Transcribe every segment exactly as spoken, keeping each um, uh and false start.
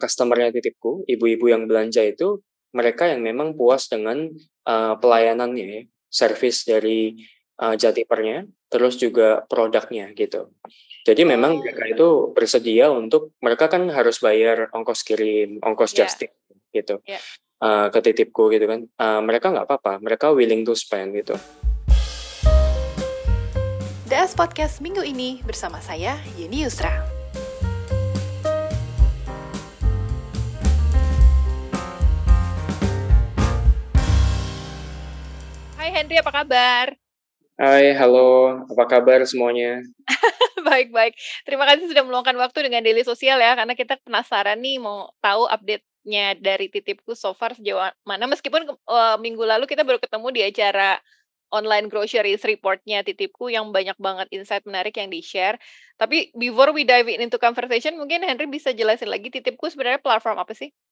customer-nya Titipku, ibu-ibu yang belanja itu, mereka yang memang puas dengan uh, pelayanannya ya, service dari uh, Jatipernya, terus juga produknya gitu. Jadi memang Oh. mereka itu bersedia untuk, mereka kan harus bayar ongkos kirim, ongkos Yeah. just tip gitu, Yeah. uh, ke Titipku gitu kan. Uh, mereka nggak apa-apa, mereka willing to spend gitu. D S Podcast minggu ini bersama saya, Yeni Yusra. Hai Henry, apa kabar? Hai, halo, apa kabar semuanya? Baik-baik. Terima kasih sudah meluangkan waktu dengan Daily Sosial ya, karena kita penasaran nih mau tahu update-nya dari Titipku so far sejauh mana. Meskipun uh, minggu lalu kita baru ketemu di acara online groceries report-nya Titipku yang banyak banget insight menarik yang di-share. Tapi before we dive into conversation, mungkin Henry bisa jelasin lagi Titipku sebenarnya platform apa sih?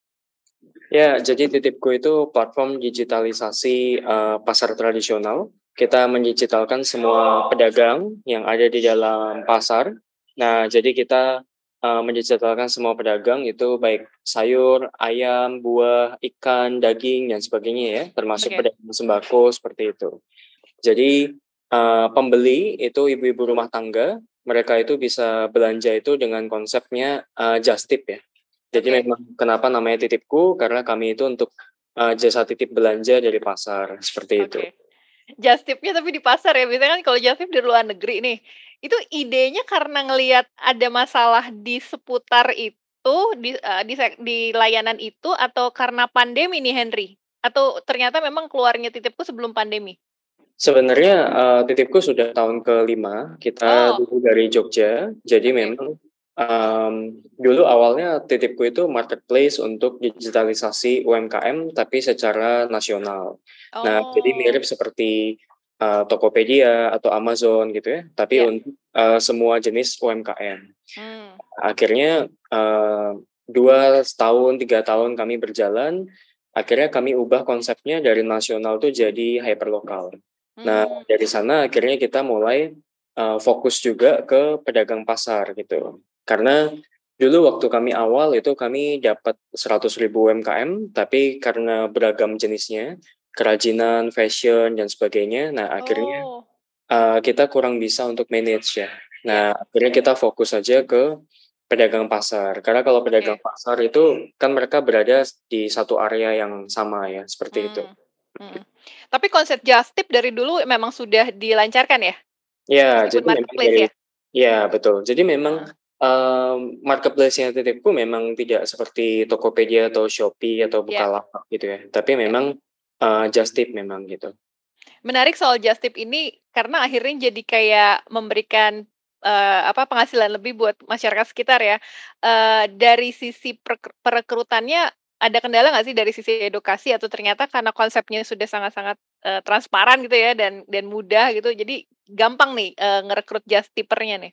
Ya, jadi Titipku itu platform digitalisasi uh, pasar tradisional. Kita mendigitalkan semua pedagang yang ada di dalam pasar. Nah, jadi kita uh, mendigitalkan semua pedagang itu baik sayur, ayam, buah, ikan, daging, dan sebagainya ya, termasuk Okay. pedagang sembako seperti itu. Jadi uh, pembeli itu ibu-ibu rumah tangga, mereka itu bisa belanja itu dengan konsepnya uh, just tip ya. Jadi Okay. memang kenapa namanya Titipku, karena kami itu untuk uh, jasa titip belanja dari pasar, seperti itu. Oke. Just tip-nya tapi di pasar ya, biasanya kan kalau just tip di luar negeri nih. Itu idenya karena ngelihat ada masalah di seputar itu, di uh, di, di layanan itu, atau karena pandemi nih Henry? Atau ternyata memang keluarnya Titipku sebelum pandemi? Sebenarnya uh, Titipku sudah tahun kelima, kita Oh. dulu dari Jogja, jadi Okay. memang um, dulu awalnya Titipku itu marketplace untuk digitalisasi U M K M, tapi secara nasional. Oh. Nah, jadi mirip seperti uh, Tokopedia atau Amazon gitu ya, tapi Yeah. untuk uh, semua jenis U M K M. Hmm. Akhirnya uh, dua tahun, tiga tahun kami berjalan, akhirnya kami ubah konsepnya dari nasional tuh jadi hyperlokal. Nah, Hmm. dari sana akhirnya kita mulai uh, fokus juga ke pedagang pasar gitu. Karena dulu waktu kami awal itu kami dapat seratus ribu U M K M, tapi karena beragam jenisnya, kerajinan, fashion, dan sebagainya, nah akhirnya Oh. uh, kita kurang bisa untuk manage ya. Nah, Yeah. akhirnya kita fokus saja ke pedagang pasar. Karena kalau pedagang Okay. pasar itu kan mereka berada di satu area yang sama ya, seperti itu. Hmm. Hmm. Tapi konsep just tip dari dulu memang sudah dilancarkan ya? Ya, Meskipun jadi memang marketplace dari ya? ya betul. Jadi memang Hmm. um, marketplace-nya Titipku memang tidak seperti Tokopedia atau Shopee atau Yeah. Bukalapak gitu ya. Tapi Yeah. memang uh, just tip memang gitu. Menarik soal just tip ini karena akhirnya jadi kayak memberikan uh, apa penghasilan lebih buat masyarakat sekitar ya. Uh, dari sisi per- perekrutannya ada kendala nggak sih dari sisi edukasi atau ternyata karena konsepnya sudah sangat-sangat uh, transparan gitu ya dan dan mudah gitu, jadi gampang nih uh, ngerekrut just tippernya nih.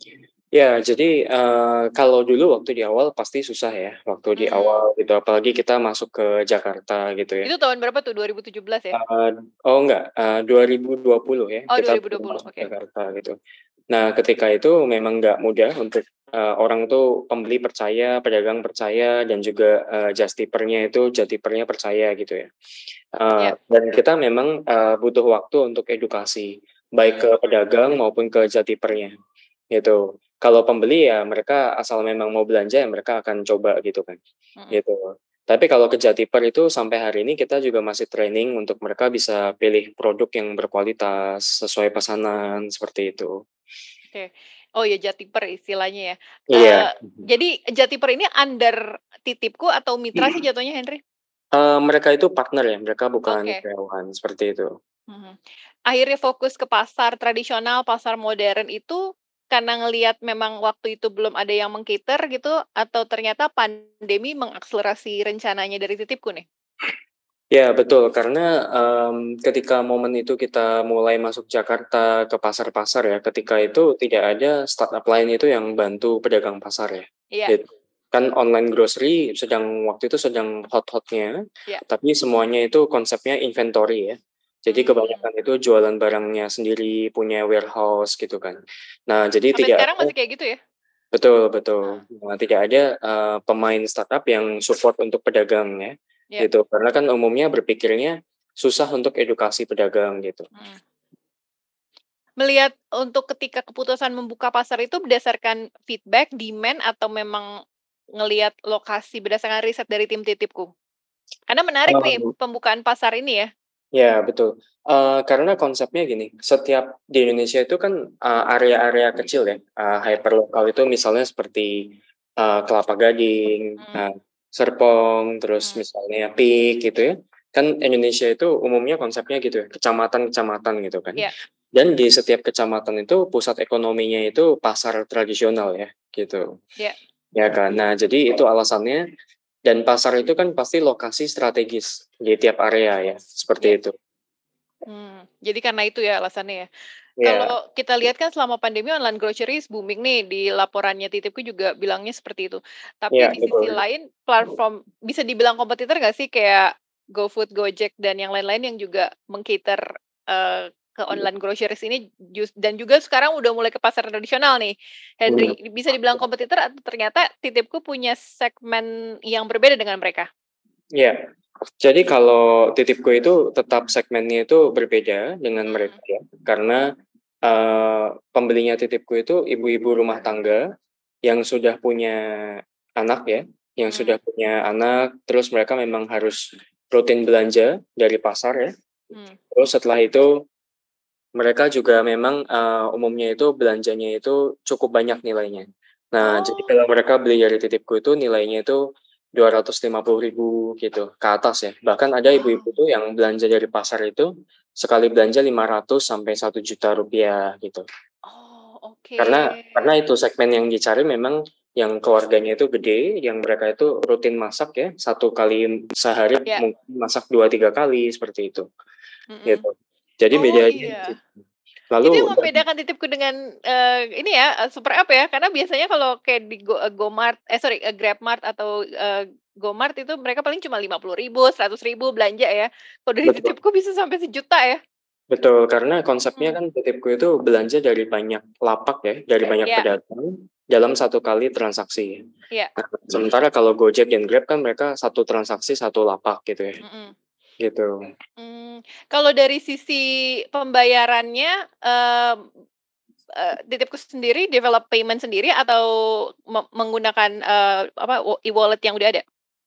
Ya, jadi uh, kalau dulu waktu di awal pasti susah ya, waktu di Hmm. awal gitu, apalagi kita masuk ke Jakarta gitu ya. Itu tahun berapa tuh? dua ribu tujuh belas ya? Uh, oh enggak, uh, dua ribu dua puluh ya, Oh, kita dua ribu dua baru puluh, masuk oke. Okay. Jakarta gitu. Nah, ketika itu memang nggak mudah untuk uh, orang tuh pembeli percaya, pedagang percaya, dan juga uh, just tippernya itu jatipernya percaya gitu ya. Uh, Yeah. Dan kita memang uh, butuh waktu untuk edukasi, baik ke pedagang maupun ke jatipernya gitu. Kalau pembeli ya mereka asal memang mau belanja ya mereka akan coba gitu kan, Mm-mm. gitu. Tapi kalau ke Jatiper itu sampai hari ini kita juga masih training untuk mereka bisa pilih produk yang berkualitas sesuai pesanan seperti itu. Oke. Okay. Oh ya, Jatiper istilahnya ya. Iya. Uh, jadi Jatiper ini under Titipku atau mitra sih jatuhnya Henry? Uh, mereka itu partner ya, mereka bukan Oke. karyawan seperti itu. Mm-hmm. Akhirnya fokus ke pasar tradisional, pasar modern itu karena ngelihat memang waktu itu belum ada yang mengcater gitu, atau ternyata pandemi mengakselerasi rencananya dari Titipku nih? Ya betul, karena um, ketika momen itu kita mulai masuk Jakarta ke pasar-pasar ya, ketika itu tidak ada startup lain itu yang bantu pedagang pasar ya. Iya. Gitu. Kan online grocery sedang waktu itu sedang hot-hotnya, Iya. tapi semuanya itu konsepnya inventory ya. Jadi Hmm. kebanyakan itu jualan barangnya sendiri, punya warehouse gitu kan. Nah jadi Sampai tidak sekarang ada. masih kayak gitu ya? Betul betul. Heeh. Nah, tidak ada, eee, pemain startup yang support untuk pedagang ya, Ya. gitu. Karena kan umumnya berpikirnya susah untuk edukasi pedagang gitu. Mhm. Melihat untuk ketika keputusan membuka pasar itu berdasarkan feedback, demand, atau memang ngelihat lokasi berdasarkan riset dari tim Titipku? Karena menarik nih Mmm. pembukaan pasar ini ya. Ya betul, eee, karena konsepnya gini, setiap di Indonesia itu kan, eee, area-area kecil ya, eee, Ya. hyperlokal itu misalnya seperti, eee, Kelapa Gading, Mhm. eee, Serpong, terus Mmm. misalnya Peak gitu ya. Kan Indonesia itu umumnya konsepnya gitu ya, kecamatan-kecamatan gitu kan. Ya. Dan di setiap kecamatan itu pusat ekonominya itu pasar tradisional ya, gitu. Ya. Ya kan. Nah jadi itu alasannya dan pasar itu kan pasti lokasi strategis di tiap area ya, seperti Ya. itu. Mmm, jadi karena itu ya alasannya ya. Iya. Kalau kita lihat kan selama pandemi online groceries booming nih, di laporannya Titipku juga bilangnya seperti itu. Tapi Iya di sisi betul. lain platform bisa dibilang kompetitor nggak sih kayak GoFood, Gojek, dan yang lain-lain yang juga meng-cater, eee, ke online groceries ini jus dan juga sekarang udah mulai ke pasar tradisional nih, Mmm. Henry. Bisa dibilang kompetitor atau ternyata Titipku punya segmen yang berbeda dengan mereka? Iya. Jadi kalau Titipku itu tetap segmennya itu berbeda dengan mereka Mmm. ya, karena, eee, pembelinya Titipku itu ibu-ibu rumah tangga yang sudah punya anak ya, yang Mmm. sudah punya anak, terus mereka memang harus rutin belanja dari pasar ya. Mmm. Terus setelah itu mereka juga memang, eee, umumnya itu belanjanya itu cukup banyak nilainya. Nah, jadi Oh. kalau mereka beli dari Titipku itu nilainya itu dua ratus lima puluh ribu gitu, ke atas ya. Bahkan ada ibu-ibu Wow. tuh yang belanja dari pasar itu, sekali belanja lima ratus sampai satu juta rupiah gitu. Oh, Karena karena oke. itu segmen yang dicari memang yang keluarganya itu gede, yang mereka itu rutin masak ya, satu kali sehari Ya. mungkin masak dua, tiga kali, seperti itu, Mhm. gitu. Jadi Oh bedanya di iya. situ. Itu yang Lalu dan membedakan Titipku dengan, eee, ini ya, eee, Super App ya, karena biasanya kalau kayak di Go eee, GoMart eh sorry, eee, GrabMart atau, eee, GoMart itu mereka paling cuma lima puluh ribu, seratus ribu belanja ya. Kalau dari Betul. Titipku bisa sampai sejuta ya. Betul, karena konsepnya Mhm. kan Titipku itu belanja dari banyak lapak ya, dari banyak Ya. pedagang dalam satu kali transaksi. Iya. Nah, sementara kalau Gojek dan Grab kan mereka satu transaksi satu lapak gitu ya, Mhm. gitu. Mmm, kalau dari sisi pembayarannya, mmm, eee, Titipku sendiri develop payment sendiri atau me menggunakan, eee, apa, wo e-wallet yang udah ada?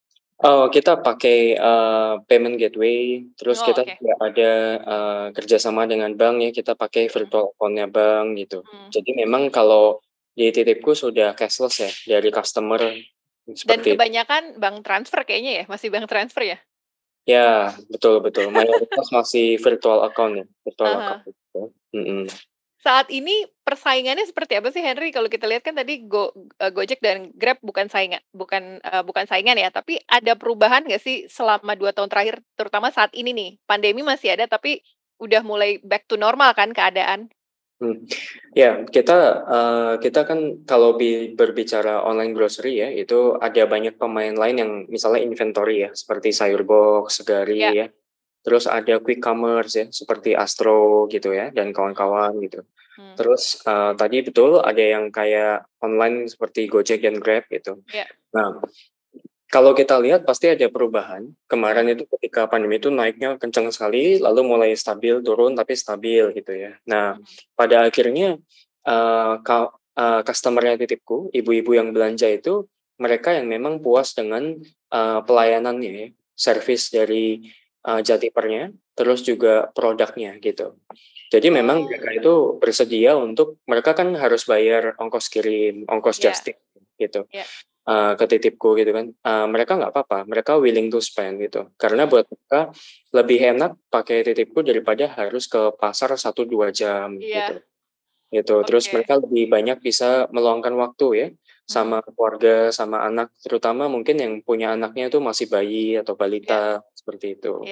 Oh, kita pakai, eee, payment gateway, terus Oh, kita oke. juga ada, eee, kerjasama dengan bank ya, kita pakai Mhm. virtual account-nya bank gitu. Mmm. Jadi memang kalau di Titipku sudah cashless ya, dari customer, Dan seperti itu. kebanyakan bank transfer kayaknya ya? Masih bank transfer ya? Ya, betul betul, mayoritas masih virtual account ya, virtual Ah account hah. gitu, mhm. Saat ini persaingannya seperti apa sih Henry? Kalau kita lihat kan tadi Go eee, Gojek dan Grab bukan saingan bukan, eee, bukan saingan ya, tapi ada perubahan nggak sih selama dua tahun terakhir, terutama saat ini nih? Pandemi masih ada, tapi udah mulai back to normal kan keadaan? Mmm, ya kita, eee, kita kan kalau bi berbicara online grocery ya, itu ada banyak pemain lain yang misalnya inventory ya, seperti Sayur Box, Ya. Segari ya, terus ada quick commerce ya, seperti Astro gitu ya, dan Mhm. kawan-kawan gitu. Mmm. Terus, eee, tadi betul ada yang kayak online seperti Gojek dan Grab gitu. Ya. Nah, kalau kita lihat pasti ada perubahan, kemarin Mmm. itu ketika pandemi itu naiknya kencang sekali, lalu mulai stabil, turun, tapi stabil gitu ya. Nah, Mhm. pada akhirnya, eee, ka eee, customer-nya Titipku, ibu-ibu yang belanja itu, mereka yang memang puas dengan, eee, pelayanannya ya, service dari, eee, Jatiper-nya, terus juga produknya gitu. Jadi memang Oh. mereka itu bersedia untuk mereka kan harus bayar ongkos kirim, ongkos Ya. just tip gitu, Ya. eee, ke Titipku gitu kan, eee, mereka nggak papa, mereka willing to spend gitu. Karena Mmm. buat mereka lebih enak pakai Titipku daripada harus ke pasar satu, dua jam Iya. gitu, gitu. Terus Oke. mereka lebih banyak bisa meluangkan waktu ya, Mhm. sama keluarga, sama anak, terutama mungkin yang punya anaknya itu masih bayi atau Ya. balita, seperti itu. Ya.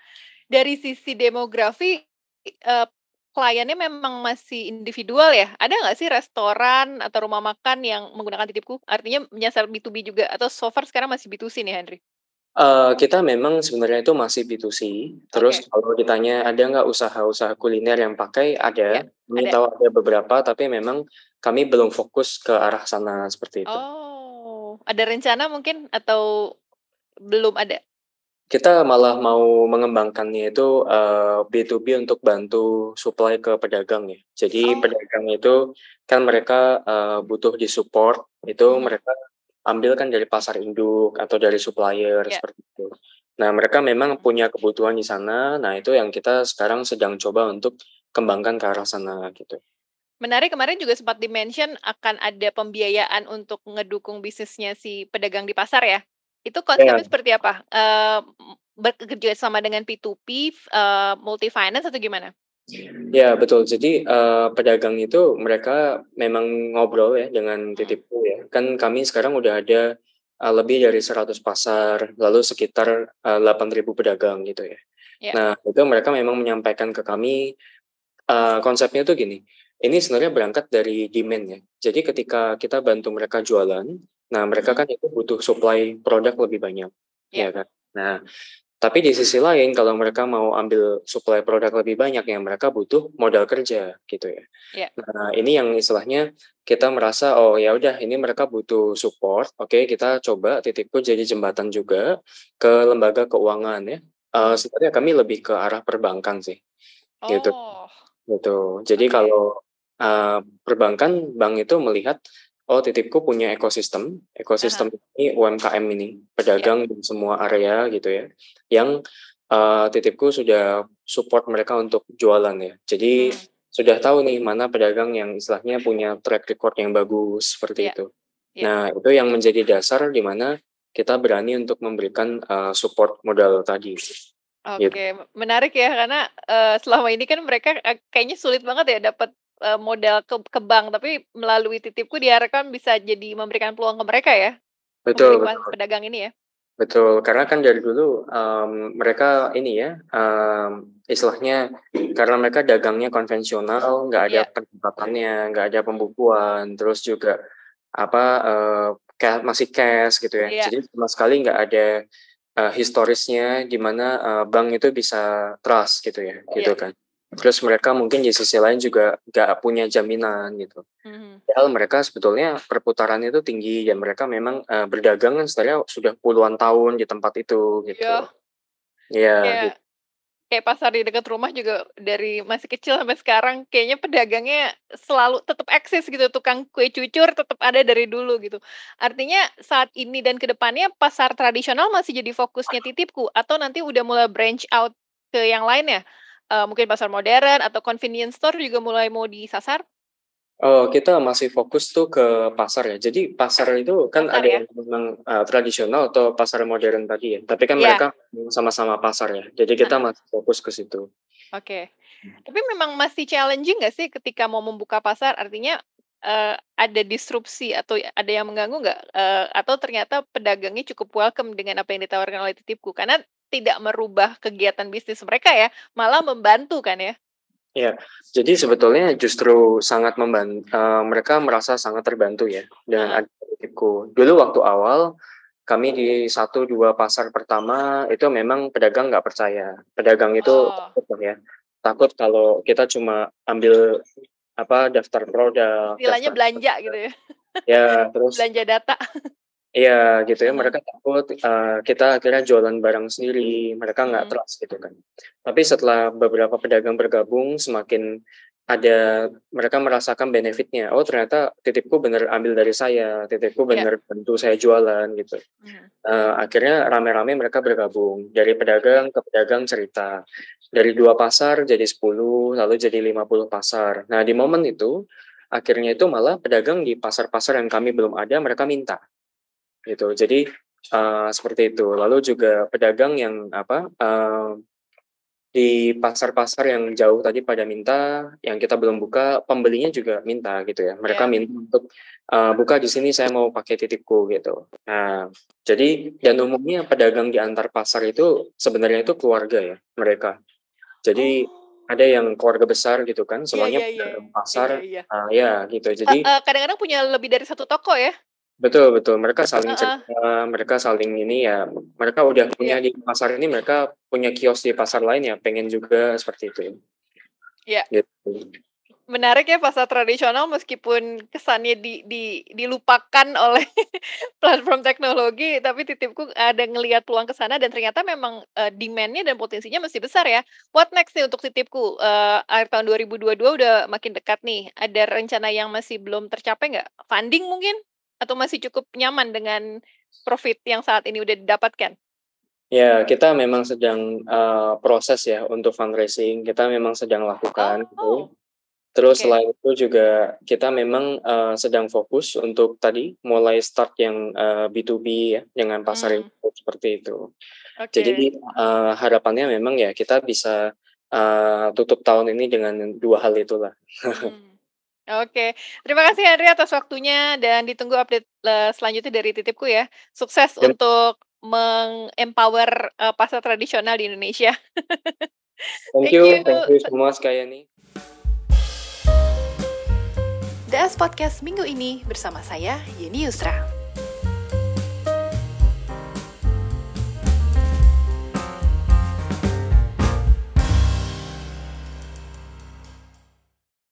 Dari sisi demografi, eee, kliennya memang masih individual ya? Ada nggak sih restoran atau rumah makan yang menggunakan Titipku? Artinya menyasar B2B juga atau so far sekarang masih B2C nih, Henry? Eee, kita memang sebenarnya itu masih B2C, Oke. terus kalau ditanya ada nggak usaha-usaha kuliner yang pakai, Ya, ada. Kami ada. tahu ada beberapa, tapi memang kami belum fokus ke arah sana, seperti itu. Oh, ada rencana mungkin atau belum ada? Kita malah mau mengembangkannya itu, eee, B2B untuk bantu supply ke pedagang ya. Jadi Oh. pedagang itu kan mereka, eee, butuh di-support, itu Mhm. mereka ambil kan dari pasar induk atau dari supplier, Ya. seperti itu. Nah, mereka memang punya kebutuhan di sana, nah itu yang kita sekarang sedang coba untuk kembangkan ke arah sana, gitu. Menarik, kemarin juga sempat di-mention akan ada pembiayaan untuk ngedukung bisnisnya si pedagang di pasar ya? Itu konsepnya Iya. seperti apa? Eee, bekerja sama dengan P2P, eee, multi finance atau gimana? Ya betul. Jadi, eee, pedagang itu mereka memang ngobrol ya dengan Mhm. Titipku ya. Kan kami sekarang udah ada, eee, lebih dari seratus pasar, lalu sekitar, eee, delapan ribu pedagang gitu ya. Ya. Nah, itu mereka memang menyampaikan ke kami, eee, konsepnya tuh gini, ini sebenarnya berangkat dari demand ya. Jadi ketika kita bantu mereka jualan, nah mereka Mhm. kan itu butuh supply produk lebih banyak, Ya. ya kan. Nah, tapi di sisi lain kalau mereka mau ambil supply produk lebih banyak, ya mereka butuh modal kerja, gitu ya. Ya. Nah, ini yang istilahnya kita merasa, oh ya udah ini mereka butuh support, oke kita coba Titipku jadi jembatan juga ke lembaga keuangan ya. Eee, Mhm. sebenarnya kami lebih ke arah perbankan sih, gitu. Oh. Gitu. Jadi Oke. kalau, eee, perbankan, bank itu melihat, oh Titipku punya ekosistem, Ah hah. ekosistem ini U M K M ini, Ya. pedagang di semua area gitu ya, yang, eee, Titipku sudah support mereka untuk jualan ya. Jadi Mhm. sudah tahu nih mana pedagang yang istilahnya punya track record yang bagus, seperti Ya. itu. Ya. Nah, itu yang menjadi dasar di mana kita berani untuk memberikan, eee, support modal tadi, gitu. Oke, menarik ya karena, eee, selama ini kan mereka, eee, kayaknya sulit banget ya dapat, eee, modal ke ke bank, tapi melalui Titipku diharapkan bisa jadi memberikan peluang ke mereka ya, pemilik Betul mas betul. pedagang ini ya? Betul, karena kan dari dulu, mmm, mereka ini ya, mmm, istilahnya karena mereka dagangnya konvensional, nggak ada Iya. pendapatannya, nggak ada pembukuan, terus juga apa, eee, kayak masih cash gitu ya. Iya. Jadi sama sekali nggak ada, eee, historisnya di mana, eee, bank itu bisa trust gitu ya, gitu Iya. kan. Terus mereka mungkin di sisi lain juga nggak punya jaminan gitu. Mhm. Padahal mereka sebetulnya perputarannya itu tinggi dan mereka memang, eee, berdagang kan sebenarnya sudah puluhan tahun di tempat itu, Iya. gitu. Iya, Kayak gitu. kayak pasar di dekat rumah juga dari masih kecil sampai sekarang kayaknya pedagangnya selalu tetap eksis gitu, tukang kue cucur tetap ada dari dulu gitu. Artinya saat ini dan ke depannya pasar tradisional masih jadi fokusnya Titipku atau nanti udah mulai branch out ke yang lainnya? Eee, mungkin pasar modern atau convenience store juga mulai mau disasar? Oh, kita masih fokus tuh ke pasar ya. Jadi pasar itu kan Pasar ada ya? yang memang, eee, tradisional atau pasar modern tadi ya, tapi kan Iya. mereka sama-sama pasar ya. Jadi kita Heeh. masih fokus ke situ. Oke. Tapi memang masih challenging nggak sih ketika mau membuka pasar? Artinya, eee, ada disrupsi atau ada yang mengganggu nggak? Eee, atau ternyata pedagangnya cukup welcome dengan apa yang ditawarkan oleh Titipku? Karena tidak merubah kegiatan bisnis mereka ya, malah membantu kan ya? Iya, jadi sebetulnya justru sangat memban eee, mereka merasa sangat terbantu ya dengan Heeh. adanya Titipku. Dulu waktu awal, kami di satu, dua pasar pertama itu memang pedagang nggak percaya. Pedagang itu Oh. takut lah ya, takut kalau kita cuma ambil apa, daftar produk, Istilahnya daftar belanja gitu ya? ya, terus Belanja data. iya, gitu ya, Heeh. mereka takut, eee, kita akhirnya jualan barang sendiri, mereka nggak Mhm. trust gitu kan. Tapi setelah beberapa pedagang bergabung, semakin ada mereka merasakan benefit-nya, "Oh ternyata Titipku bener ambil dari saya, Titipku Iya. bener bantu saya jualan," gitu. Mhm. Eee, akhirnya rame-rame mereka bergabung, dari Oke. pedagang ke pedagang cerita. Dari dua pasar jadi sepuluh, lalu jadi lima puluh pasar. Nah di momen itu, akhirnya itu malah pedagang di pasar-pasar yang kami belum ada, mereka minta. Gitu, jadi, eee, seperti itu. Lalu juga pedagang yang apa, eee, di pasar-pasar yang jauh tadi pada minta, yang kita belum buka, pembelinya juga minta gitu ya. Mereka Iya. minta untuk, eee, "Buka di sini, saya mau pakai Titipku," gitu. Nah, jadi dan umumnya pedagang di antar pasar itu sebenarnya itu keluarga ya, mereka. Jadi Oh. ada yang keluarga besar gitu kan, Iya semuanya iya iya. pedagang Iya pasar iya. eee, ya gitu. E Jadi eee, kadang-kadang punya lebih dari satu toko ya? Betul betul, mereka saling Heeh. cerita, mereka saling ini ya, mereka udah punya Iya. di pasar ini, mereka punya kios di pasar lain ya, pengen juga seperti itu. Iya. Gitu. Menarik ya pasar tradisional meskipun kesannya di di dilupakan oleh platform teknologi, tapi Titipku ada ngelihat peluang ke sana dan ternyata memang, eee, demand-nya dan potensinya masih besar ya. What next nih untuk Titipku? Eee, akhir tahun dua ribu dua dua udah makin dekat nih, ada rencana yang masih belum tercapai nggak? Funding mungkin? Atau masih cukup nyaman dengan profit yang saat ini udah didapatkan? Ya, kita memang sedang, eee, proses ya untuk fundraising, kita memang sedang lakukan Oh, itu. Terus oke. selain itu juga kita memang, eee, sedang fokus untuk tadi mulai start yang, eee, B to B ya, dengan pasar Mmm. input seperti itu. Oke. Jadi, eee, harapannya memang ya kita bisa, eee, tutup tahun ini dengan dua hal itulah. Mmm. Oke, terima kasih Henry atas waktunya dan ditunggu update, eee, selanjutnya dari Titipku ya. Sukses Ya. untuk meng-empower, eee, pasar tradisional di Indonesia. Thank Thank you you. thank you so much Kak Yani. D S Podcast minggu ini bersama saya, Yeni Yusra.